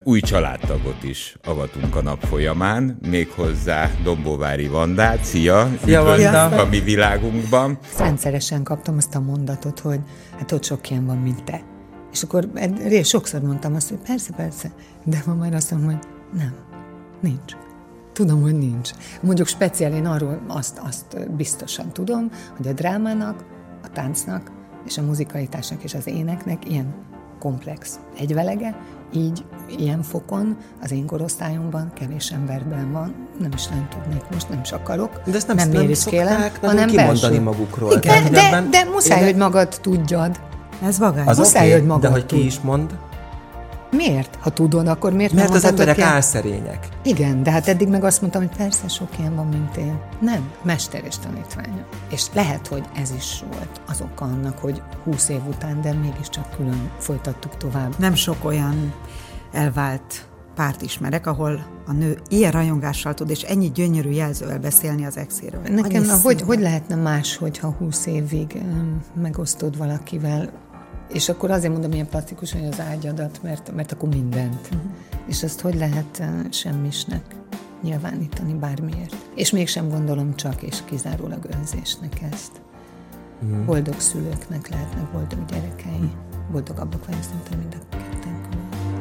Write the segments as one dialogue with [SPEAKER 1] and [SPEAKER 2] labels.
[SPEAKER 1] új családtagot is avatunk a nap folyamán, méghozzá Dombóvári Vandát. Szia! Üdvözlünk a mi világunkban.
[SPEAKER 2] Rendszeresen kaptam azt a mondatot, hogy hát ott sok ilyen van, mint te. És akkor sokszor mondtam azt, hogy persze, de ma már azt mondom, hogy nem, nincs. Tudom, hogy nincs. Mondjuk speciál én arról azt biztosan tudom, hogy a drámának, a táncnak és a muzikalitásnak és az éneknek ilyen komplex egyvelege, így ilyen fokon az én korosztályomban kevés emberben van, nem is nem tudnék, most nem is akarok,
[SPEAKER 3] de ezt nem szokták
[SPEAKER 2] hanem
[SPEAKER 3] kimondani magukról.
[SPEAKER 2] Igen, de muszáj, hogy magad tudjad. Ez vagány.
[SPEAKER 3] Az
[SPEAKER 2] muszáj, hogy magad
[SPEAKER 3] de hogy ki is mond?
[SPEAKER 2] Miért? Ha tudod, akkor miért
[SPEAKER 3] Mert
[SPEAKER 2] nem
[SPEAKER 3] az emberek
[SPEAKER 2] ilyen...
[SPEAKER 3] álszerények.
[SPEAKER 2] Igen, de hát eddig meg azt mondtam, hogy persze sok ilyen van, mint én. Nem, mester és tanítványa. És lehet, hogy ez is volt az oka annak, hogy 20 év után, de mégiscsak külön folytattuk tovább.
[SPEAKER 4] Nem sok olyan elvált párt ismerek, ahol a nő ilyen rajongással tud, és ennyi gyönyörű jelzővel beszélni az exéről.
[SPEAKER 2] Nekem hogy lehetne más, hogyha 20 évig megosztod valakivel, és akkor azért mondom ilyen plastikus, hogy az ágyadat, mert akkor mindent. És azt hogy lehet semmisnek nyilvánítani bármiért. És mégsem gondolom csak és kizárólag önzésnek ezt. Boldog szülőknek lehetnek boldog gyerekei. Boldogabbak vagyunk szerintem mind a ketten külön.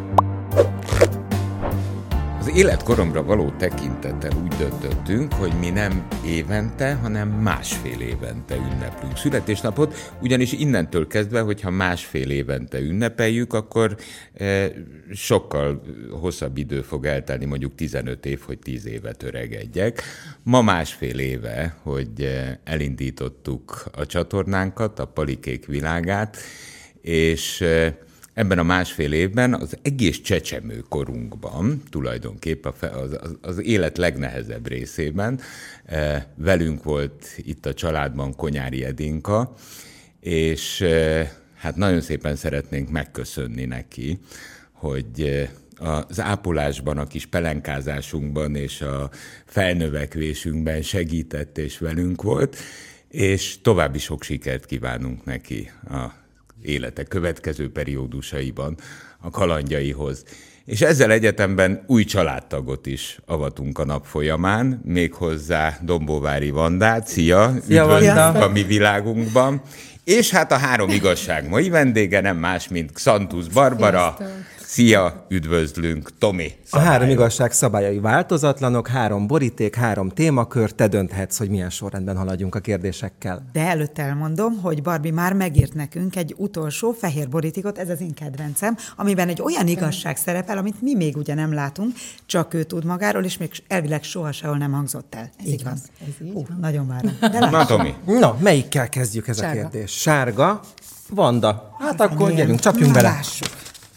[SPEAKER 1] Az életkoromra való tekintettel úgy döntöttünk, hogy mi nem évente, hanem másfél évente ünneplünk születésnapot, ugyanis innentől kezdve, hogyha másfél évente ünnepeljük, akkor sokkal hosszabb idő fog eltelni, mondjuk 15 év, hogy 10 évet öregedjek. Ma másfél éve, hogy elindítottuk a csatornánkat, a Palikék világát, és ebben a másfél évben az egész csecsemő korunkban, tulajdonképpen az élet legnehezebb részében velünk volt itt a családban Konyári Edinka, és hát nagyon szépen szeretnénk megköszönni neki, hogy az ápolásban, a kis pelenkázásunkban és a felnövekvésünkben segített és velünk volt, és további sok sikert kívánunk neki a élete következő periódusaiban, a kalandjaihoz. És ezzel egyetemben új családtagot is avatunk a nap folyamán, méghozzá Dombóvári Vandát. Szia! Üdvözlünk a mi világunkban. És hát a három igazság mai vendége nem más, mint Xantusz Barbara.
[SPEAKER 2] Sziasztok.
[SPEAKER 1] Szia! Üdvözlünk, Tomi!
[SPEAKER 3] A három igazság szabályai változatlanok, 3 boríték, 3 témakör, te dönthetsz, hogy milyen sorrendben haladjunk a kérdésekkel.
[SPEAKER 4] De előtte elmondom, hogy Barbie már megírt nekünk egy utolsó fehér borítékot, ez az én kedvencem, amiben egy olyan igazság szerepel, amit mi még ugye nem látunk, csak ő tud magáról, és még elvileg soha sehol nem hangzott el.
[SPEAKER 2] Ez így van. Ez így van.
[SPEAKER 4] Nagyon várom.
[SPEAKER 1] Na, Tomi!
[SPEAKER 3] Na, melyikkel kezdjük ez
[SPEAKER 2] Sárga.
[SPEAKER 3] a kérdés? Sárga, Vanda. Hát akkor gyerünk, csapjunk bele.
[SPEAKER 4] Lássuk.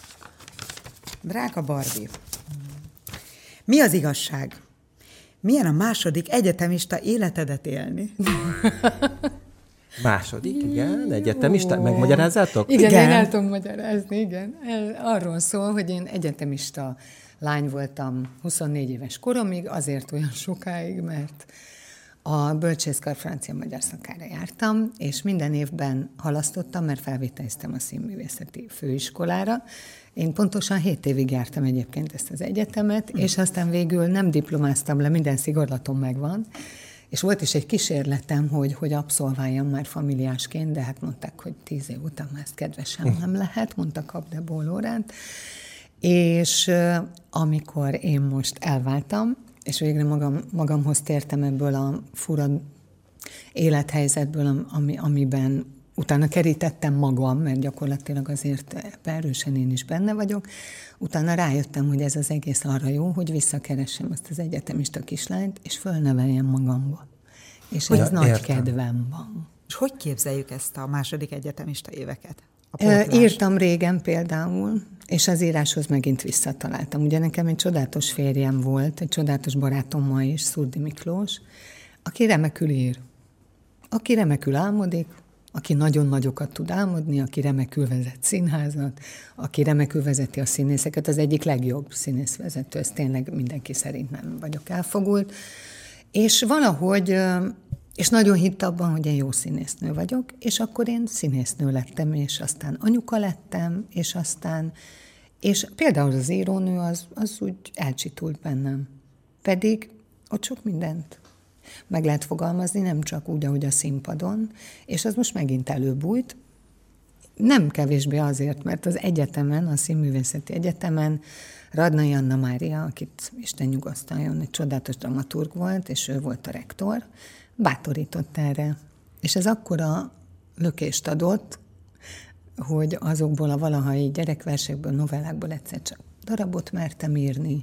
[SPEAKER 4] Drága Barbie, mi az igazság? Milyen a második egyetemista életedet élni?
[SPEAKER 3] Második, igen, egyetemista. Megmagyarázzátok?
[SPEAKER 2] Igen, én el tudom magyarázni, igen. Arról szól, hogy én egyetemista lány voltam 24 éves koromig, azért olyan sokáig, mert a bölcsészkar francia-magyar szakára jártam, és minden évben halasztottam, mert felvételiztem a színművészeti főiskolára. Én pontosan 7 évig jártam egyébként ezt az egyetemet, és aztán végül nem diplomáztam le, minden szigorlatom megvan, és volt is egy kísérletem, hogy abszolváljam már familiásként, de hát mondták, hogy 10 év után már ezt kedvesen nem lehet, mondta Kapdebó Lóránt. És amikor én most elváltam, és végre magamhoz tértem ebből a fura élethelyzetből, amiben utána kerítettem magam, mert gyakorlatilag azért erősen én is benne vagyok. Utána rájöttem, hogy ez az egész arra jó, hogy visszakeressem azt az egyetemista kislányt, és fölneveljem magamba. És ez nagy kedvem van.
[SPEAKER 4] És hogy képzeljük ezt a második egyetemista éveket?
[SPEAKER 2] Írtam régen például, és az íráshoz megint visszataláltam. Ugye nekem egy csodálatos férjem volt, egy csodálatos barátom ma is, Szurdi Miklós, aki remekül ír, aki remekül álmodik, aki nagyon nagyokat tud álmodni, aki remekül vezet színházat, aki remekül vezeti a színészeket, az egyik legjobb színészvezető, ez tényleg mindenki szerint nem vagyok elfogult. És valahogy, és nagyon hitt abban, hogy én jó színésznő vagyok, és akkor én színésznő lettem, és aztán anyuka lettem, és aztán És például az írónő az úgy elcsitult bennem. Pedig ott sok mindent meg lehet fogalmazni, nem csak úgy, ahogy a színpadon, és az most megint előbújt. Nem kevésbé azért, mert az egyetemen, a Színművészeti Egyetemen Radnai Anna Mária, akit Isten nyugosztaljon, egy csodálatos dramaturg volt, és ő volt a rektor, bátorított erre. És ez akkora lökést adott, hogy azokból a valahai gyerekversekből, novellákból egyszer csak darabot mertem írni,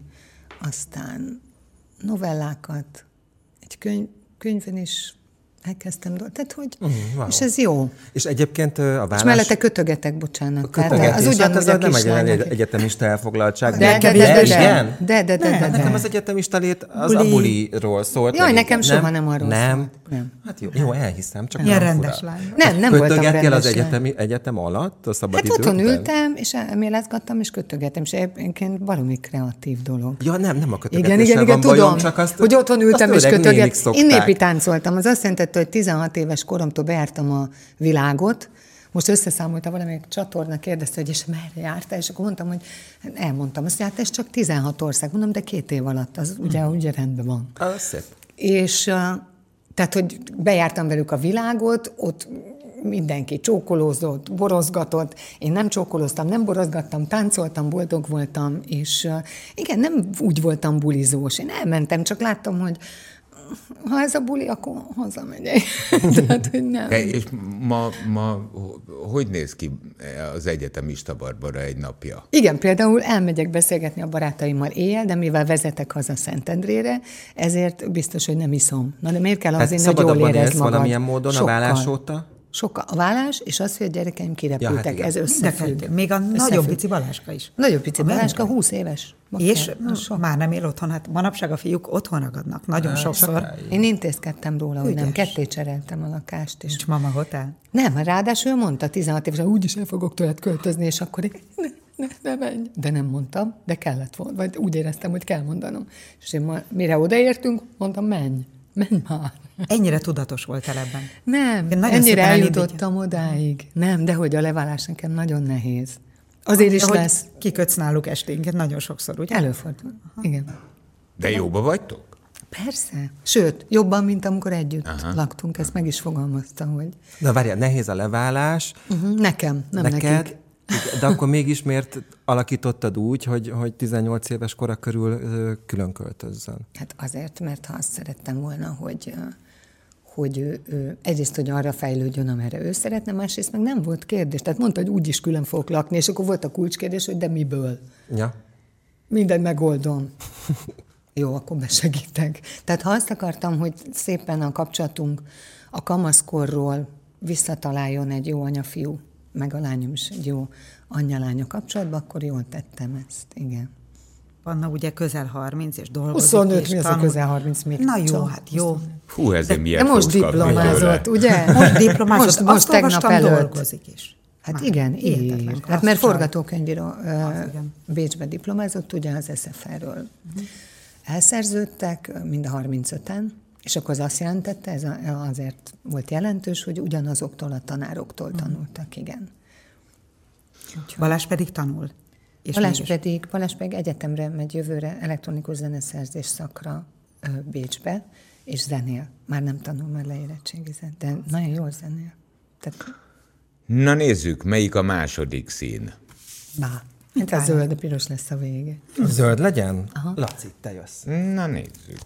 [SPEAKER 2] aztán novellákat, egy könyvön is elkezdtem, tehát hogy,
[SPEAKER 3] wow.
[SPEAKER 2] És ez jó.
[SPEAKER 3] És egyébként a vállás...
[SPEAKER 2] És mellette kötögetek, bocsánat.
[SPEAKER 3] Kötögetés, az ugyanúgy hát ez nem egy egyetemista elfoglaltság.
[SPEAKER 2] De
[SPEAKER 3] igen?
[SPEAKER 2] De.
[SPEAKER 3] Nekem az egyetemista lét az a buliról szólt.
[SPEAKER 2] Jaj, nekem soha nem arról
[SPEAKER 3] nem.
[SPEAKER 2] Nem.
[SPEAKER 3] Hát jó, elhiszem, csak
[SPEAKER 4] ilyen rendes lány.
[SPEAKER 2] Nem voltam rendes
[SPEAKER 3] az egyetem alatt, a szabadidőben?
[SPEAKER 2] Hát otthon ültem, és elmélezgattam, és kötögettem, és egyébként baromi kreatív dolog.
[SPEAKER 3] Ja, nem a kötögetéssel van
[SPEAKER 2] tudom,
[SPEAKER 3] bajom, csak azt...
[SPEAKER 2] hogy otthon ültem, és kötögettem. Én népi
[SPEAKER 3] szokták.
[SPEAKER 2] táncoltam. Az azt jelenti, hogy 16 éves koromtól bejártam a világot. Most összeszámoltam, valamelyik csatorna kérdezte, hogy és merre jártál, és akkor mondtam, hogy elmondtam. Azt mondja, hát ez csak 16 ország. Mondom, de 2 év alatt, az ugye rendben van.
[SPEAKER 3] Az szép.
[SPEAKER 2] És tehát, hogy bejártam velük a világot, ott mindenki csókolózott, borozgatott, én nem csókolóztam, nem borozgattam, táncoltam, boldog voltam, és igen, nem úgy voltam bulizós. Én elmentem, csak láttam, hogy ha ez a buli, akkor hazamegyek. Tehát, hogy nem.
[SPEAKER 1] És ma hogy néz ki az egyetemista Barbara egy napja?
[SPEAKER 2] Igen, például elmegyek beszélgetni a barátaimmal éjjel, de mivel vezetek haza Szentendrére, ezért biztos, hogy nem iszom. Na de miért kell azért, hogy jól érezd magad?
[SPEAKER 3] Valamilyen módon sokkal. A vállás óta?
[SPEAKER 2] Sokkal. A vállás, és az, hogy a gyerekeim kirepültek, ez összefügg.
[SPEAKER 4] Még a nagyon pici Baláska is.
[SPEAKER 2] Nagyon pici Baláska, 20 éves.
[SPEAKER 4] És már nem él otthon. Hát manapság a fiúk otthon ragadnak, nagyon sokszor.
[SPEAKER 2] Én intézkedtem róla, hogy nem. 2 cseréltem a lakást. És
[SPEAKER 4] nincs mama hotel?
[SPEAKER 2] Nem, ráadásul mondta 16 évesen, úgyis el fogok tőled költözni, és akkor én, ne menj. De nem mondtam, de kellett volna, vagy úgy éreztem, hogy kell mondanom. És én mire odaértünk, mondtam, menj már.
[SPEAKER 4] Ennyire tudatos voltál ebben?
[SPEAKER 2] Nem, ennyire eljutottam odáig. Nem, de hogy a leválás nekem nagyon nehéz. Azért is lesz.
[SPEAKER 4] Kikötsz náluk esténket nagyon sokszor, ugye?
[SPEAKER 2] Előfordul. Igen.
[SPEAKER 1] De jóba vagytok?
[SPEAKER 2] Persze. Sőt, jobban, mint amikor együtt laktunk. Ezt meg is fogalmaztam, hogy...
[SPEAKER 3] Na várjál, nehéz a leválás.
[SPEAKER 2] Nekem, nem
[SPEAKER 3] neked,
[SPEAKER 2] nekik.
[SPEAKER 3] De akkor mégis miért alakítottad úgy, hogy 18 éves kora körül külön költözzön?
[SPEAKER 2] Hát azért, mert ha azt szerettem volna, hogy ő egyrészt, hogy arra fejlődjön, amerre ő szeretne, másrészt meg nem volt kérdés. Tehát mondta, hogy úgyis külön fogok lakni, és akkor volt a kulcskérdés, hogy de miből?
[SPEAKER 3] Ja.
[SPEAKER 2] Mindent megoldom. Jó, akkor besegítek. Tehát ha azt akartam, hogy szépen a kapcsolatunk a kamaszkorról visszataláljon egy jó anya-fiú, meg a lányom is egy jó anya-lánya kapcsolatban, akkor jól tettem ezt, igen.
[SPEAKER 4] Anna ugye közel 30, és dolgozik.
[SPEAKER 2] 25, mi az a közel 30 még?
[SPEAKER 4] Na jó, hát jó.
[SPEAKER 1] Hú, ezért miért
[SPEAKER 2] de most diplomázott, ugye?
[SPEAKER 4] Most diplomázott,
[SPEAKER 2] most tegnap előtt.
[SPEAKER 4] Dolgozik is.
[SPEAKER 2] Hát
[SPEAKER 4] már
[SPEAKER 2] igen, ír. Hát mert forgatókönyvíró Bécsbe diplomázott, ugye az SFR-ről elszerződtek, mind a 35-en, és akkor az azt jelentette, ez azért volt jelentős, hogy ugyanazoktól a tanároktól tanultak, igen.
[SPEAKER 4] Balázs pedig tanul.
[SPEAKER 2] Balázs pedig egyetemre megy jövőre elektronikus zeneszerzés szakra Bécsbe, és zenél. Már nem tanul, már leérettségizett, de nagyon jól zenél. Tehát...
[SPEAKER 1] Na nézzük, melyik a második szín?
[SPEAKER 2] Hát a zöld, a piros lesz a vége.
[SPEAKER 3] Zöld legyen?
[SPEAKER 2] Aha.
[SPEAKER 3] Laci, te jössz.
[SPEAKER 1] Na nézzük.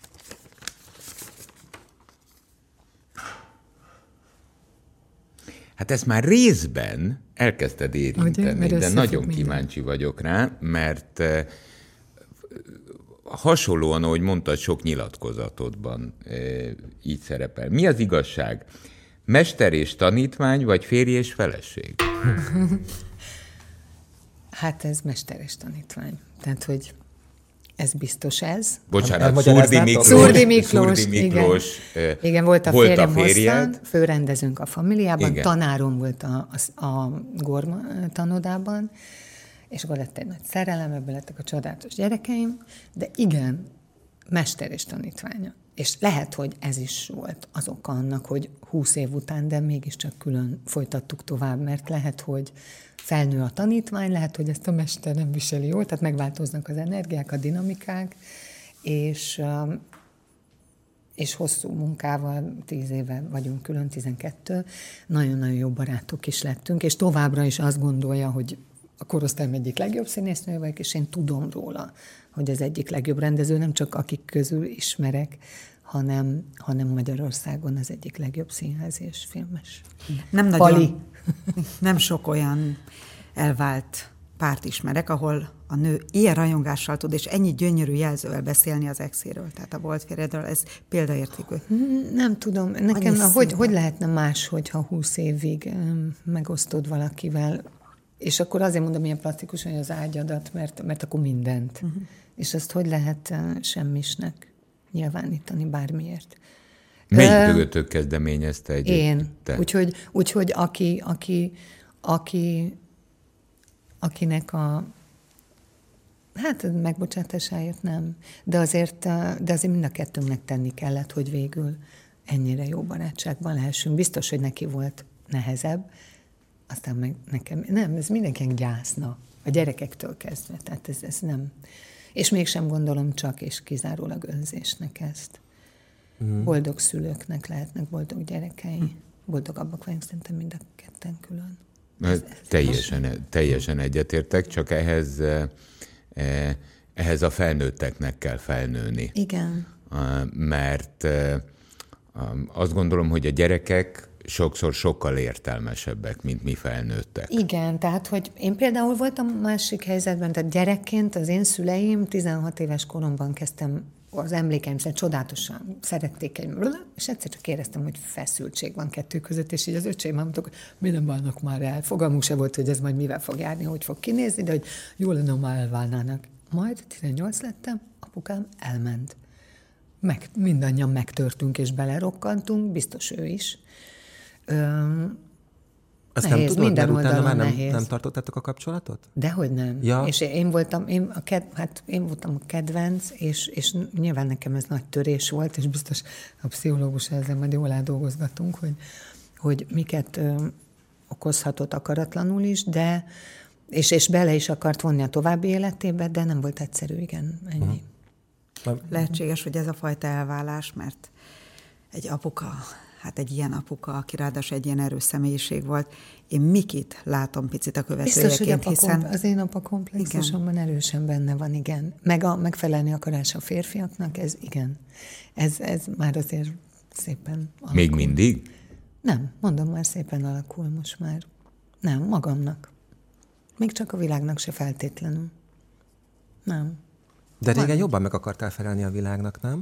[SPEAKER 1] Hát ezt már részben elkezdted érinteni, de nagyon kíváncsi vagyok rá, mert hasonlóan, ahogy mondtad, sok nyilatkozatodban így szerepel. Mi az igazság? Mester és tanítvány, vagy férj és feleség?
[SPEAKER 2] Hát ez mester és tanítvány. Tehát, hogy ez biztos ez.
[SPEAKER 1] Bocsánat, Szurdi Miklós.
[SPEAKER 2] Igen, volt a férjem hosszan, főrendezőnk a familiában, igen. Tanárom volt a Gorm tanodában, és akkor lett egy nagy szerelem, ebből lettek a csodálatos gyerekeim, de igen, mester és tanítványa. És lehet, hogy ez is volt az oka annak, hogy 20 év után, de mégiscsak külön folytattuk tovább, mert lehet, hogy felnő a tanítvány, lehet, hogy ezt a mester nem viseli jól, tehát megváltoznak az energiák, a dinamikák, és hosszú munkával, 10 éve vagyunk külön, 12, nagyon-nagyon jó barátok is lettünk, és továbbra is azt gondolja, hogy a korosztályom egyik legjobb színésznője vagyok, és én tudom róla, hogy az egyik legjobb rendező, nem csak akik közül ismerek, hanem Magyarországon az egyik legjobb színház és filmes.
[SPEAKER 4] Nem
[SPEAKER 2] Pali.
[SPEAKER 4] nagyon, nem sok olyan elvált párt ismerek, ahol a nő ilyen rajongással tud, és ennyi gyönyörű jelzővel beszélni az exéről, tehát a volt férjedről, ez példaértékű.
[SPEAKER 2] Nem tudom, nekem hogy lehetne más, hogyha 20 évig megosztod valakivel, és akkor azért mondom ilyen plastikusan, hogy az ágyadat, mert akkor mindent. És azt hogy lehet semmisnek nyilvánítani bármiért.
[SPEAKER 1] Melyik mögöttök kezdeményezte
[SPEAKER 2] egyébként? Én. Úgyhogy akinek a megbocsátásáért nem. De azért mind a kettőnknek tenni kellett, hogy végül ennyire jó barátságban lehessünk. Biztos, hogy neki volt nehezebb, aztán meg nekem, nem, ez mindenkinek gyászna, a gyerekektől kezdve, tehát ez nem. És mégsem gondolom csak és kizárólag önzésnek ezt. Boldog szülőknek lehetnek boldog gyerekei. Boldogabbak vagyunk szerintem mind a ketten külön.
[SPEAKER 1] Teljesen egyetértek, csak ehhez a felnőtteknek kell felnőni.
[SPEAKER 2] Igen.
[SPEAKER 1] Mert azt gondolom, hogy a gyerekek sokszor sokkal értelmesebbek, mint mi felnőttek.
[SPEAKER 2] Igen, tehát, hogy én például voltam másik helyzetben, tehát gyerekként az én szüleim 16 éves koromban kezdtem az emlékeim szerint csodálatosan szerették és egyszer csak éreztem, hogy feszültség van kettő között, és így az öcseim mondtak, hogy mi nem válnak már el. Fogalmunk se volt, hogy ez majd mivel fog járni, hogy fog kinézni, de hogy jó lenne, ha már elválnának. Majd 18 lettem, apukám elment. Mindannyian megtörtünk és belerokkantunk, biztos ő is.
[SPEAKER 3] Azt
[SPEAKER 2] nehéz,
[SPEAKER 3] nem tudod,
[SPEAKER 2] minden
[SPEAKER 3] mert utána már
[SPEAKER 2] nehéz.
[SPEAKER 3] nem tartottátok a kapcsolatot?
[SPEAKER 2] Dehogy nem.
[SPEAKER 3] Ja.
[SPEAKER 2] És én voltam a kedvenc, és nyilván nekem ez nagy törés volt, és biztos a pszichológus ezzel majd jól eldolgozgatunk, hogy miket okozhatott akaratlanul is, de és bele is akart vonni a további életébe, de nem volt egyszerű, igen, ennyi.
[SPEAKER 4] Lehetséges, hogy ez a fajta elválás, mert egy apuka, egy ilyen apuka, aki ráadásul egy ilyen erős személyiség volt. Én Mikit látom picit a követőjeként, hiszen...
[SPEAKER 2] Az én apa komplexusomban erősen benne van, igen. Meg a megfelelni akarás a férfiaknak, ez igen. Ez már azért szépen alakul.
[SPEAKER 1] Még mindig?
[SPEAKER 2] Nem, mondom, már szépen alakul most már. Nem, magamnak. Még csak a világnak se feltétlenül. Nem.
[SPEAKER 3] De régen jobban meg akartál felelni a világnak, nem?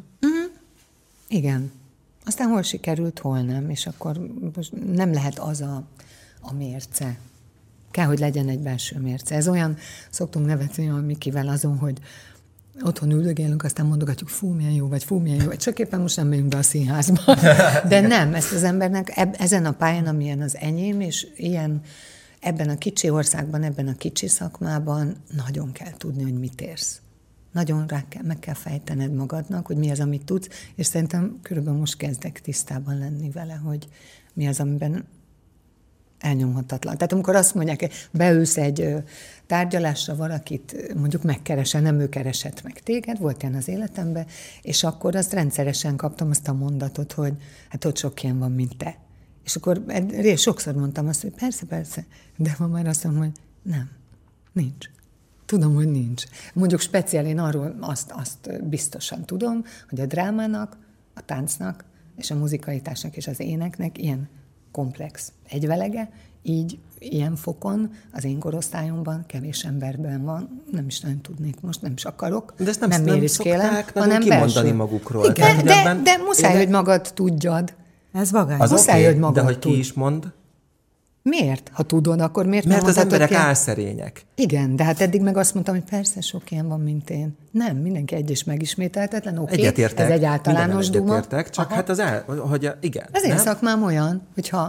[SPEAKER 2] Igen. Aztán hol sikerült, hol nem, és akkor most nem lehet az a mérce. Kell, hogy legyen egy belső mérce. Ez olyan, szoktunk nevetni a Mikivel azon, hogy otthon üldögélünk, aztán mondogatjuk, fú, milyen jó vagy, csak éppen most nem megyünk be a színházba. De nem, ezt az embernek ezen a pályán, amilyen az enyém, és ilyen ebben a kicsi országban, ebben a kicsi szakmában nagyon kell tudni, hogy mit érsz. Nagyon meg kell fejtened magadnak, hogy mi az, amit tudsz, és szerintem körülbelül most kezdek tisztában lenni vele, hogy mi az, amiben elnyomhatatlan. Tehát amikor azt mondják, beülsz egy tárgyalásra valakit, mondjuk megkeresel, nem ő keresett meg téged, volt ilyen az életemben, és akkor azt rendszeresen kaptam azt a mondatot, hogy hát ott sok ilyen van, mint te. És akkor sokszor mondtam azt, hogy persze, de ma már azt mondom, hogy nem, nincs. Tudom, hogy nincs. Mondjuk speciál én arról azt biztosan tudom, hogy a drámának, a táncnak és a muzikalitásnak és az éneknek ilyen komplex egyvelege, így ilyen fokon az én korosztályomban kevés emberben van, nem is nagyon tudnék most, nem is akarok.
[SPEAKER 3] De ezt nem szokták
[SPEAKER 2] hanem
[SPEAKER 3] kimondani magukról.
[SPEAKER 2] Igen, de muszáj, hogy magad tudjad.
[SPEAKER 4] Ez vagány.
[SPEAKER 3] Az
[SPEAKER 2] muszáj,
[SPEAKER 3] okay,
[SPEAKER 2] hogy magad
[SPEAKER 3] de hogy ki is mond?
[SPEAKER 2] Miért? Ha tudod, akkor miért
[SPEAKER 3] nem
[SPEAKER 2] mondhatod?
[SPEAKER 3] Mert az emberek álszerények.
[SPEAKER 2] Igen, de hát eddig meg azt mondtam, hogy persze sok ilyen van, mint én. Nem, mindenki egy és megismételhetetlen, oké,
[SPEAKER 3] egyetértek,
[SPEAKER 2] ez egy általános duma.
[SPEAKER 3] Egyetértek, csak hát igen.
[SPEAKER 2] Az én szakmám olyan, hogyha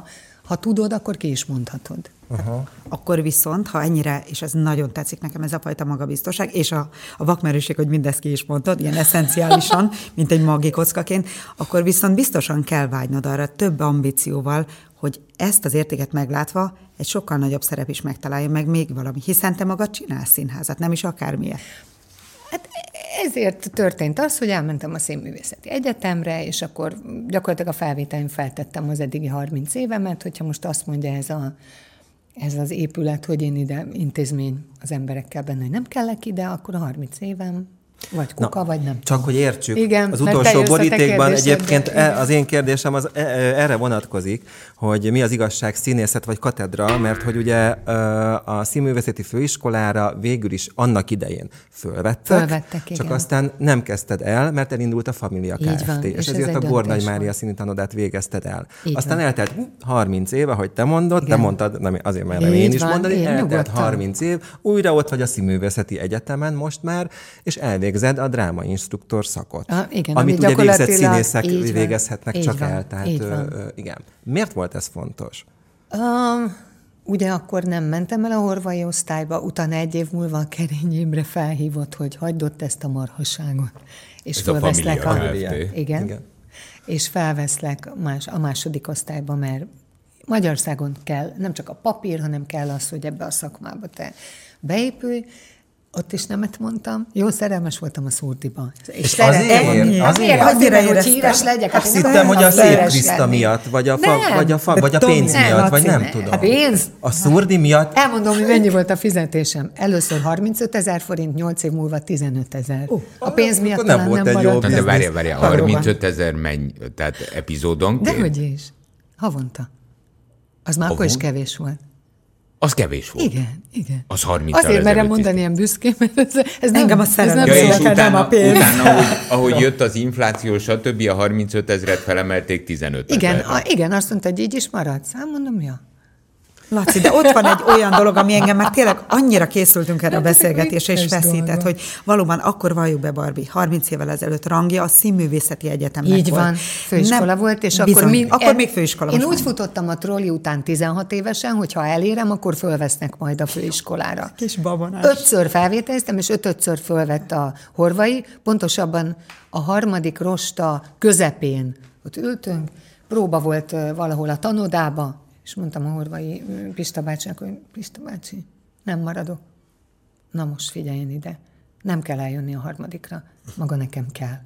[SPEAKER 2] Ha tudod, akkor ki is mondhatod.
[SPEAKER 4] Akkor viszont, ha ennyire, és ez nagyon tetszik nekem, ez a fajta magabiztosság, és a vakmerőség, hogy mindezt ki is mondtad, ilyen eszenciálisan, mint egy magikockaként, akkor viszont biztosan kell vágynod arra több ambícióval, hogy ezt az értéket meglátva egy sokkal nagyobb szerep is megtalálja meg még valami, hiszen te magad csinálsz színházat, nem is akármilyet.
[SPEAKER 2] Hát ezért történt az, hogy elmentem a Színművészeti Egyetemre, és akkor gyakorlatilag a felvételén feltettem az eddigi 30 évemet, hogyha most azt mondja ez az épület, hogy én ide intézmény az emberekkel benne, hogy nem kellek ide, akkor a 30 évem vagy kuka, vagy nem.
[SPEAKER 3] Csak hogy értsük,
[SPEAKER 2] igen,
[SPEAKER 3] az utolsó borítékban egyébként az én kérdésem az erre vonatkozik, hogy mi az igazság, színészet vagy katedra, mert hogy ugye a Színművészeti Főiskolára végül is annak idején fölvettek, csak
[SPEAKER 2] igen.
[SPEAKER 3] aztán nem kezdted el, mert elindult a Família Kft.
[SPEAKER 2] Van,
[SPEAKER 3] és ezért a Gornagy Mária színitanodát végezted el.
[SPEAKER 2] Így
[SPEAKER 3] aztán
[SPEAKER 2] van.
[SPEAKER 3] eltelt 30 éve, hogy te mondod,
[SPEAKER 2] igen.
[SPEAKER 3] te mondtad, nem, azért merem én is
[SPEAKER 2] van,
[SPEAKER 3] mondani, eltelt
[SPEAKER 2] nyugodtan.
[SPEAKER 3] 30 év, újra ott vagy a Színművészeti Egyetemen most már, és elvégzed a drámainstruktor szakot.
[SPEAKER 2] Igen,
[SPEAKER 3] amit ugye végzett színészek
[SPEAKER 2] így
[SPEAKER 3] végezhetnek
[SPEAKER 2] így
[SPEAKER 3] csak
[SPEAKER 2] van,
[SPEAKER 3] el. Tehát igen. Miért volt ez fontos?
[SPEAKER 2] Ugye akkor nem mentem el a horvai osztályba, utána 1 év múlva a Kerény Imre felhívott, hogy hagyd ott ezt a marhaságot. És fölveszlek igen. És felveszlek a második osztályba, mert Magyarországon kell nem csak a papír, hanem kell az, hogy ebbe a szakmába te beépülj. Ott is nemet mondtam. Jó, szerelmes voltam a Szurdiba.
[SPEAKER 3] És azért,
[SPEAKER 2] hogy híres legyek.
[SPEAKER 3] Azt hittem, hogy a Szép Kriszta miatt, vagy a pénz miatt, vagy nem tudom.
[SPEAKER 2] A pénz?
[SPEAKER 3] A Szurdi miatt?
[SPEAKER 2] Elmondom, hogy mennyi volt a fizetésem. Először 35 000 forint, 8 év múlva 15 000. A pénz miatt talán nem maradt.
[SPEAKER 1] De várjál, 35 000 menj, tehát epizódonként?
[SPEAKER 2] Dehogy is. Havonta. Az már akkor is kevés volt.
[SPEAKER 1] Az kevés volt.
[SPEAKER 2] Igen.
[SPEAKER 1] Az 30
[SPEAKER 2] Azért merem mondani ilyen büszkén, mert ez nem,
[SPEAKER 4] engem a szerelem
[SPEAKER 2] nem a pénz.
[SPEAKER 1] Utána, ahogy jött az infláció, stb. A 35 000-et felemelték 15 000-re.
[SPEAKER 2] Igen, azt mondta, hogy így is maradsz. Hát mondom, ja.
[SPEAKER 4] Laci, de ott van egy olyan dolog, ami engem már tényleg annyira készültünk erre a beszélgetésre, és feszített, hogy valóban akkor valljuk be, Barbie, 30 évvel ezelőtt rangja a Színművészeti Egyetemnek
[SPEAKER 2] így
[SPEAKER 4] volt.
[SPEAKER 2] Van, főiskola volt, és
[SPEAKER 4] bizony, akkor még főiskola.
[SPEAKER 2] Én úgy futottam a trolli után 16 évesen, hogy ha elérem, akkor fölvesznek majd a főiskolára.
[SPEAKER 4] Kis babonás.
[SPEAKER 2] 5-ször felvételiztem, és 5-ször fölvett a horvai, pontosabban a 3. rosta közepén. Ott ültünk, próba volt valahol a tanodába, és mondtam a horvai Pista bácsinak, hogy Pista bácsi, nem maradok. Na most figyeljen ide, nem kell eljönni a 3. maga nekem kell.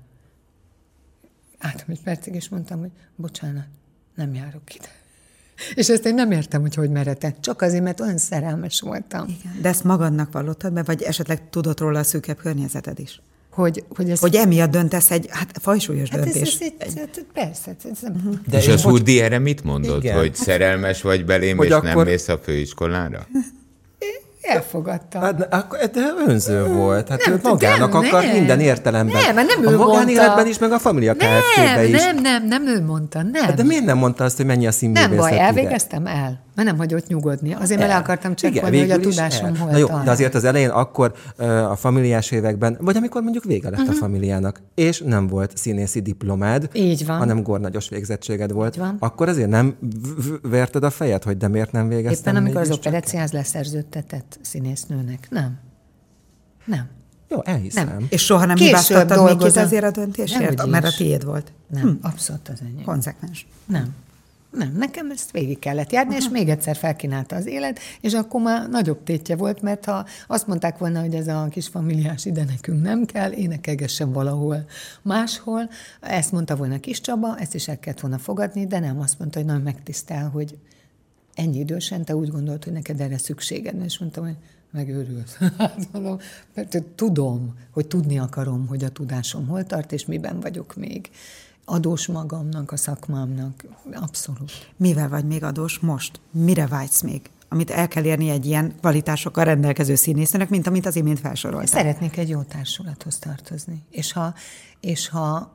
[SPEAKER 2] Álltam egy percig, és mondtam, hogy bocsánat, nem járok ide. És ezt én nem értem, hogy meredek. Csak azért, mert olyan szerelmes voltam.
[SPEAKER 4] Igen. De ezt magadnak vallottad be, vagy esetleg tudod róla a szűkebb környezeted is?
[SPEAKER 2] Hogy
[SPEAKER 4] emiatt döntesz egy fajsúlyos döntés.
[SPEAKER 2] Persze.
[SPEAKER 1] És a Szurdi erre mit mondott? Igen. Hogy szerelmes vagy belém, hogy és akkor... nem mész a főiskolára?
[SPEAKER 2] Elfogadta.
[SPEAKER 3] Hát, de önző volt. Hát ő magának akar minden értelemben.
[SPEAKER 2] Nem ő
[SPEAKER 3] a magánéletben
[SPEAKER 2] mondta.
[SPEAKER 3] is, meg a Família Kft-be is.
[SPEAKER 2] Nem ő mondta, nem.
[SPEAKER 3] Hát de miért nem mondta azt, hogy mennyi a színművészet?
[SPEAKER 2] Nem baj, elvégeztem el. Mert nem hagyott nyugodni. Azért, mert el akartam csekkolni, hogy a tudásom hol
[SPEAKER 3] jó,
[SPEAKER 2] tart.
[SPEAKER 3] de azért az elején akkor a familiás években, vagy amikor mondjuk vége lett a familiának, és nem volt színészi diplomád,
[SPEAKER 2] így van.
[SPEAKER 3] hanem gornagyos végzettséged volt, akkor azért nem verted a fejed, hogy de miért nem végeztem?
[SPEAKER 2] Éppen amikor az Operetszínház leszerződtetett színésznőnek. Nem.
[SPEAKER 3] Jó, elhiszem. Nem.
[SPEAKER 4] És soha nem hibáztattad még azért a döntésért, mert a tiéd volt.
[SPEAKER 2] Nem, abszolút az enyém.
[SPEAKER 4] Konzekvens.
[SPEAKER 2] Nem, nekem ezt végig kellett járni, és még egyszer felkínálta az élet, és akkor már nagyobb tétje volt, mert ha azt mondták volna, hogy ez a kis familiás ide nekünk nem kell, énekelgessen valahol máshol, ezt mondta volna Kis Csaba, ezt is el kellett volna fogadni, de nem, azt mondta, hogy nagyon megtisztel, hogy ennyi idősen te úgy gondolt, hogy neked erre szükséged, és mondtam, hogy megőrülsz. Mondom, mert tudom, hogy tudni akarom, hogy a tudásom hol tart, és miben vagyok még. Adós magamnak, a szakmámnak. Abszolút.
[SPEAKER 4] Mivel vagy még adós most? Mire vágysz még? Amit el kell érni egy ilyen kvalitásokkal rendelkező színésznőnek, mint amit az imént felsoroltál.
[SPEAKER 2] Szeretnék egy jó társulathoz tartozni. És ha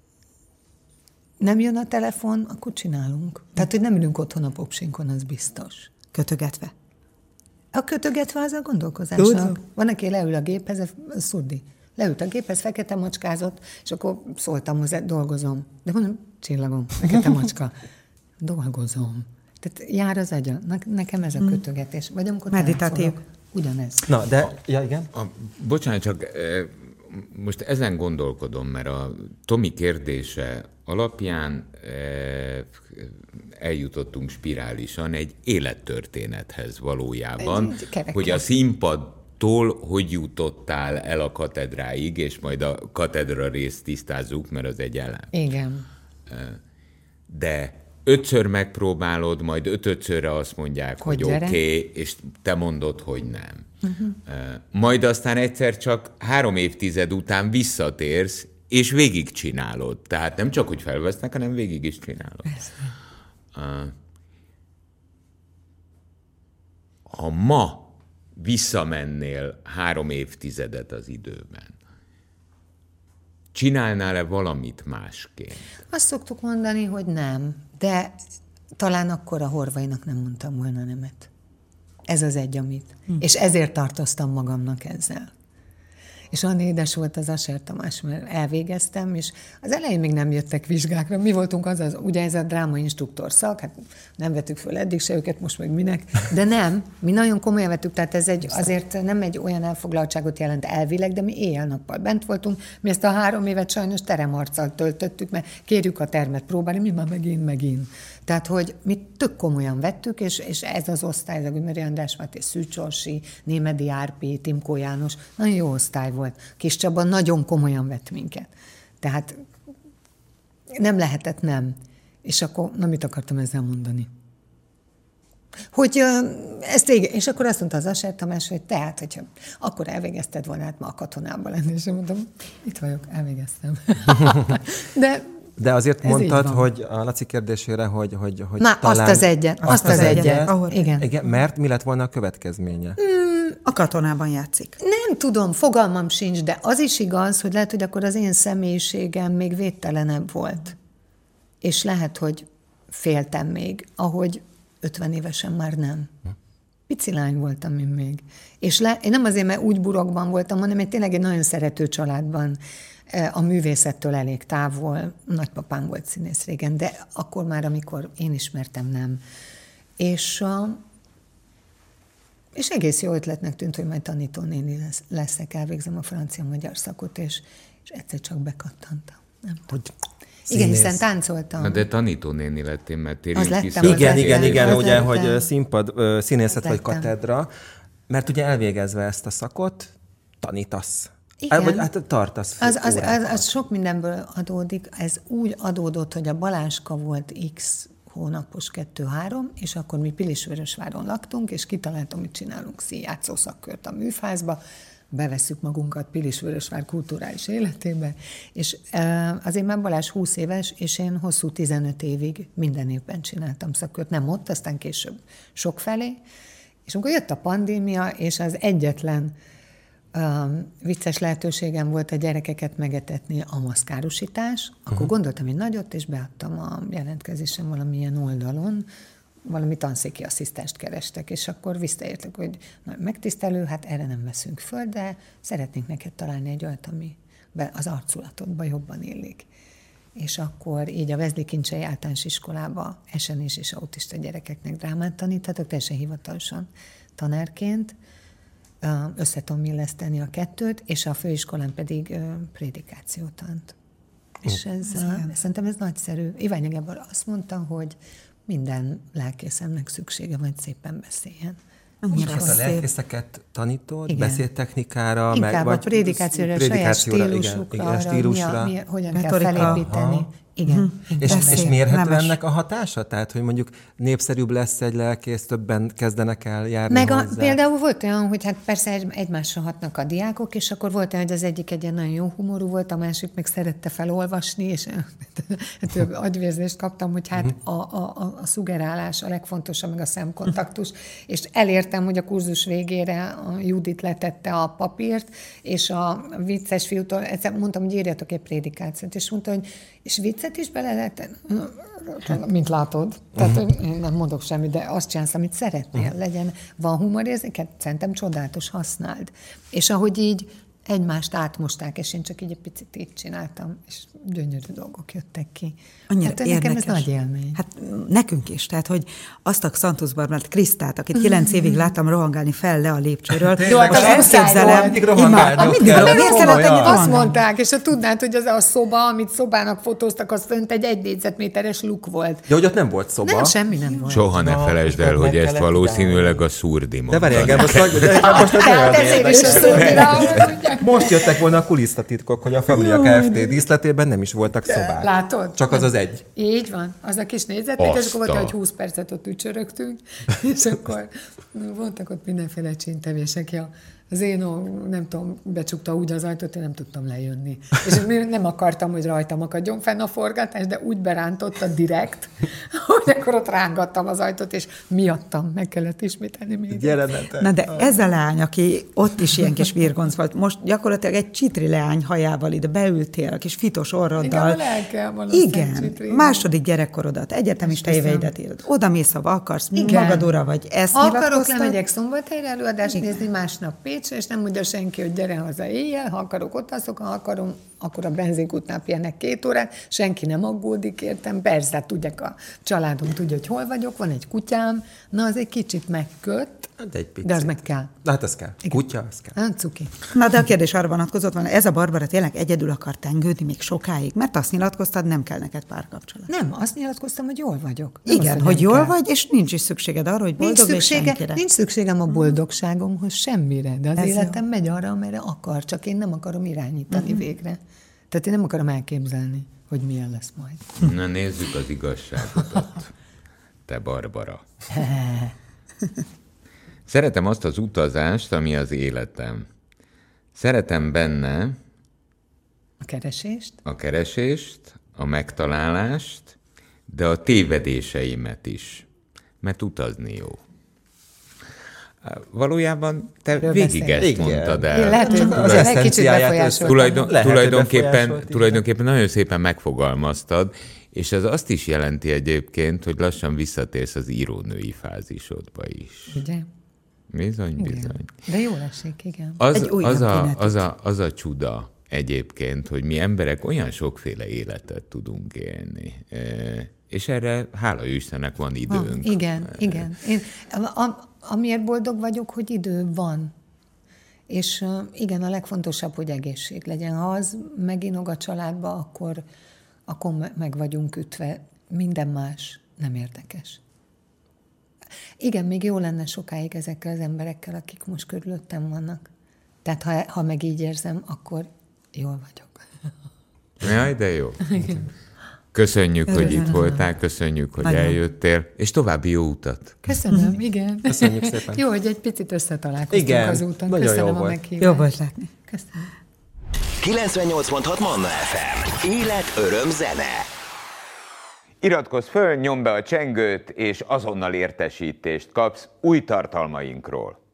[SPEAKER 2] nem jön a telefon, akkor csinálunk. Tehát, hogy nem ülünk otthon a popsinkon, az biztos.
[SPEAKER 4] Kötögetve?
[SPEAKER 2] A kötögetve az a gondolkozásnak. Van, aki leül a géphez, a Szurdi. Leült a géphez, fekete macskázott, és akkor szóltam hozzá, dolgozom. De mondom, csillagom, fekete macska. Dolgozom. Tehát jár az agya. Nekem ez a kötögetés. Vagy amikor
[SPEAKER 4] meditatív.
[SPEAKER 2] Ugyanez.
[SPEAKER 3] Na, de, ja, igen?
[SPEAKER 1] Bocsánat, csak most ezen gondolkodom, mert a Tomi kérdése alapján eljutottunk spirálisan egy élettörténethez valójában, hogy a színpadtól hogy jutottál el a katedráig, és majd a katedra részt tisztázzuk, mert az egy elem.
[SPEAKER 2] Igen.
[SPEAKER 1] De 5-ször megpróbálod, majd 5-szörre azt mondják, hogy oké, és te mondod, hogy nem. Majd aztán egyszer csak 3 évtized után visszatérsz, és végigcsinálod. Tehát nem csak, hogy felvesznek, hanem végig is csinálod. Ha ma visszamennél 3 évtizedet az időben, csinálnál-e valamit másként?
[SPEAKER 2] Azt szoktuk mondani, hogy nem, de talán akkor a Horvainak nem mondtam volna nemet. Ez az egy, amit. És ezért tartoztam magamnak ezzel. És olyan édes volt az Asser Tamás, mert elvégeztem, és az elején még nem jöttek vizsgákra. Mi voltunk ugye ez a drámainstruktor szak, hát nem vettük föl eddig se őket, most meg minek. De nem, mi nagyon komolyan vettük, tehát ez azért nem egy olyan elfoglaltságot jelent elvileg, de mi éjjel-nappal bent voltunk. Mi ezt a 3 évet sajnos teremarccal töltöttük, mert kérjük a termet próbálni, mi már megint. Tehát, hogy mi tök komolyan vettük, és ez az osztály, ez a Gümmeri András Máté, Szűcs Orsi, Némedi Árpi, Timkó János, nagyon jó osztály volt. Kis Csaba nagyon komolyan vett minket. Tehát nem lehetett nem. És akkor, mit akartam ezzel mondani? Hogy ezt igen, és akkor azt mondta az Asser Tamás, hogy tehát, hogyha akkor elvégezted volna, hát ma a katonában lenni, és én mondtam, itt vagyok, elvégeztem.
[SPEAKER 3] De azért ez mondtad, hogy a Laci kérdésére, hogy
[SPEAKER 2] na,
[SPEAKER 3] talán...
[SPEAKER 2] Azt az egyet.
[SPEAKER 3] Igen, mert mi lett volna a következménye?
[SPEAKER 4] A katonában játszik.
[SPEAKER 2] Nem tudom, fogalmam sincs, de az is igaz, hogy lehet, hogy akkor az én személyiségem még védtelenebb volt. És lehet, hogy féltem még, ahogy 50 évesen már nem. Pici lány voltam én még. És én nem azért, mert úgy burokban voltam, hanem én tényleg egy nagyon szerető családban, a művészettől elég távol. Nagypapám volt színész régen, de akkor már, amikor én ismertem, nem. És egész jó ötletnek tűnt, hogy majd tanítónéni leszek, elvégzem a francia-magyar szakot, és egyszer csak bekattantam. Nem tudom. Igen, hiszen táncoltam.
[SPEAKER 1] Na, de tanítónéni lettél, mert térjünk vissza.
[SPEAKER 3] Igen, ugye, hogy színészet vagy katedra, mert ugye elvégezve ezt a szakot, tanítasz.
[SPEAKER 2] Igen.
[SPEAKER 3] Vagy hát tartasz.
[SPEAKER 2] Az sok mindenből adódik. Ez úgy adódott, hogy a Baláska volt X hónapos 2-3, és akkor mi Pilisvörösváron laktunk, és kitaláltam, hogy csinálunk színjátszó szakkört a műfázba, bevesszük magunkat Pilisvörösvár kulturális életébe, és azért már Balázs 20 éves, és én hosszú 15 évig minden évben csináltam szakkört. Nem ott, aztán később sokfelé, és amikor jött a pandémia, és az egyetlen vicces lehetőségem volt a gyerekeket megetetni a maszkárosítás, akkor gondoltam egy nagyot, és beadtam a jelentkezésem valamilyen oldalon, valami tanszéki asszisztenst kerestek, és akkor visszaértek, hogy megtisztelő, hát erre nem veszünk föl, de szeretnénk neked találni egy olyat, ami az arculatodba jobban illik. És akkor így a Vezli Kincsei Általános Iskolába esenés és autista gyerekeknek drámát taníthatok, teljesen hivatalosan tanárként, össze tudom illeszteni a kettőt, és a főiskolán pedig prédikációtant. És szerintem ez nagyszerű. Iványi Gábor azt mondta, hogy minden lelkészemnek szüksége, hogy szépen beszéljen.
[SPEAKER 3] És a lelkészeket tanítod? Igen. Beszédtechnikára?
[SPEAKER 2] Inkább a prédikációra, saját stílusukra, hogyan kell felépíteni. Igen.
[SPEAKER 3] És mérhető ennek a hatása? Tehát, hogy mondjuk népszerűbb lesz egy lelkész, többen kezdenek el járni hozzá?
[SPEAKER 2] Például volt olyan, hogy hát persze egymásra hatnak a diákok, és akkor volt olyan, hogy az egyik egy ilyen nagyon jó humorú volt, a másik meg szerette felolvasni, és több agyvérzést kaptam, hogy hát a szugerálás a legfontosabb, meg a szemkontaktus, és elértem, hogy a kurzus végére a Judit letette a papírt, és a vicces fiútól mondtam, hogy írjatok egy prédikációt, és mondta, hogy és viccet is bele lehet, mint látod. Tehát én nem mondok semmit, de azt csinálsz, amit szeretnél. Van humorérzéket, szerintem csodálatos, használd. És ahogy így egymást átmosták, és én csak így egy picit így csináltam, és gyönyörű dolgok jöttek ki.
[SPEAKER 4] Annyira
[SPEAKER 2] hát nekem
[SPEAKER 4] érdekes.
[SPEAKER 2] ez nagy élmény.
[SPEAKER 4] Hát nekünk is, tehát, hogy azt a Xanthus Barbát, Krisztát, akit 9 évig láttam rohangálni fel le a lépcsőről,
[SPEAKER 2] Jó, hát
[SPEAKER 4] most
[SPEAKER 2] az
[SPEAKER 4] elképzelem,
[SPEAKER 3] mindig rohangálni ott
[SPEAKER 4] mindig
[SPEAKER 3] kell.
[SPEAKER 4] rohangálni.
[SPEAKER 2] Azt mondták, és ha tudnád, hogy az a szoba, amit szobának fotóztak, az fönt egy 1 négyzetméteres luk volt.
[SPEAKER 3] Ja, hogy ott nem volt szoba.
[SPEAKER 2] Nem, semmi nem volt.
[SPEAKER 1] Soha ne felejtsd el, hogy ezt valószínűleg a Szurdi
[SPEAKER 3] De
[SPEAKER 1] mondta.
[SPEAKER 3] várj, engem most ez nagyon
[SPEAKER 2] Ezért is
[SPEAKER 3] érdekes. Most jöttek volna a kulisszatitkok, hogy a Familia Kft. Díszletében nem is voltak szobák.
[SPEAKER 2] Látod?
[SPEAKER 3] Csak az 1.
[SPEAKER 2] Így van. Az a kis négyzetméter, és akkor volt,
[SPEAKER 1] Azt a-
[SPEAKER 2] hogy 20 percet ott ücsörögtünk, és akkor voltak ott mindenféle csintevések. Ja, az én, nem tudom, becsukta úgy az ajtót, én nem tudtam lejönni. És nem akartam, hogy rajtam akadjon fenn a forgatás, de úgy berántotta direkt, hogy akkor ott rángattam az ajtót, és miattam meg kellett ismételni még.
[SPEAKER 3] Gyere,
[SPEAKER 4] Na de ez a lány, aki ott is ilyen kis virgonc volt, most gyakorlatilag egy csitri leány hajával ide beültél, a kis fitos orroddal.
[SPEAKER 2] Igen, a lelkem van a
[SPEAKER 4] Igen,
[SPEAKER 2] szent csitri.
[SPEAKER 4] második gyerekkorodat, egyetemista éveidet írod. Oda mész, ha akarsz, magad ura vagy. Ezt
[SPEAKER 2] ha akarok,
[SPEAKER 4] nyilatkoztad?
[SPEAKER 2] lemegyek Szombathelyre előadást nézni, másnap Pécsre, és nem mondja senki, hogy gyere haza éjjel, ha akarok, ott alszok, ha akarom, akkor a benzinkútnál pihenek 2 órát, senki nem aggódik, értem, persze, tudják, a családom tudja, hogy hol vagyok, van egy kutyám, na az egy kicsit megköt,
[SPEAKER 3] De egy picit.
[SPEAKER 2] de az meg kell.
[SPEAKER 3] Hát ez kell. Kutya, az kell.
[SPEAKER 2] Hát cuki.
[SPEAKER 4] Na de a kérdés arra vonatkozott van, ez a Barbara tényleg egyedül akar tengődni még sokáig, mert azt nyilatkoztad, nem kell neked párkapcsolat.
[SPEAKER 2] Nem, azt nyilatkoztam, hogy jól vagyok. Nem
[SPEAKER 4] Igen,
[SPEAKER 2] azt,
[SPEAKER 4] hogy
[SPEAKER 2] nem
[SPEAKER 4] jól
[SPEAKER 2] kell.
[SPEAKER 4] vagy, és nincs is szükséged arra, hogy boldog légy senkire.
[SPEAKER 2] Nincs szükségem a boldogságomhoz semmire, de az
[SPEAKER 4] Ez
[SPEAKER 2] életem megy arra, amerre akar, csak én nem akarom irányítani végre. Tehát én nem akarom elképzelni, hogy milyen lesz majd.
[SPEAKER 1] Na nézzük az igazságodat, te Barbara. Szeretem azt az utazást, ami az életem. Szeretem benne
[SPEAKER 2] A keresést?
[SPEAKER 1] a keresést, a megtalálást, de a tévedéseimet is. Mert utazni jó. Valójában te
[SPEAKER 2] Erről
[SPEAKER 1] végig
[SPEAKER 2] beszélünk.
[SPEAKER 1] ezt mondtad
[SPEAKER 2] Én
[SPEAKER 1] el.
[SPEAKER 2] lehet, hogy
[SPEAKER 3] Csak az
[SPEAKER 2] egy kicsit
[SPEAKER 3] eszenciáját
[SPEAKER 2] befolyásoltam.
[SPEAKER 3] Lehet, hogy befolyásolt is.
[SPEAKER 1] Tulajdonképpen nagyon szépen megfogalmaztad, és ez azt is jelenti egyébként, hogy lassan visszatérsz az írónői fázisodba is.
[SPEAKER 2] Ugye?
[SPEAKER 1] Bizony, bizony.
[SPEAKER 2] Igen. De jól esik, igen.
[SPEAKER 4] Egy újabb kinetet.
[SPEAKER 1] Az a csuda egyébként, hogy mi emberek olyan sokféle életet tudunk élni. És erre, hála Istennek, van időnk.
[SPEAKER 2] Igen. Én, amiért boldog vagyok, hogy idő van. És igen, a legfontosabb, hogy egészség legyen. Ha az meginog a családba, akkor meg vagyunk ütve. Minden más nem érdekes. Igen, még jó lenne sokáig ezekkel az emberekkel, akik most körülöttem vannak. Tehát ha meg így érzem, akkor jól vagyok.
[SPEAKER 1] Jaj, de jó. Köszönjük, hogy itt voltál, köszönjük, hogy eljöttél, és további jó utat.
[SPEAKER 2] Köszönöm, igen.
[SPEAKER 3] Köszönjük szépen.
[SPEAKER 2] Jó, hogy egy picit összetalálkoztunk
[SPEAKER 3] Igen,
[SPEAKER 2] az úton.
[SPEAKER 3] nagyon jó
[SPEAKER 2] Köszönöm a
[SPEAKER 3] volt.
[SPEAKER 2] meghívást.
[SPEAKER 4] Jó volt látni.
[SPEAKER 2] Köszönöm.
[SPEAKER 5] 98.6 Manna FM. Élet, öröm, zene.
[SPEAKER 1] Iratkozz föl, nyomd be a csengőt, és azonnal értesítést kapsz új tartalmainkról.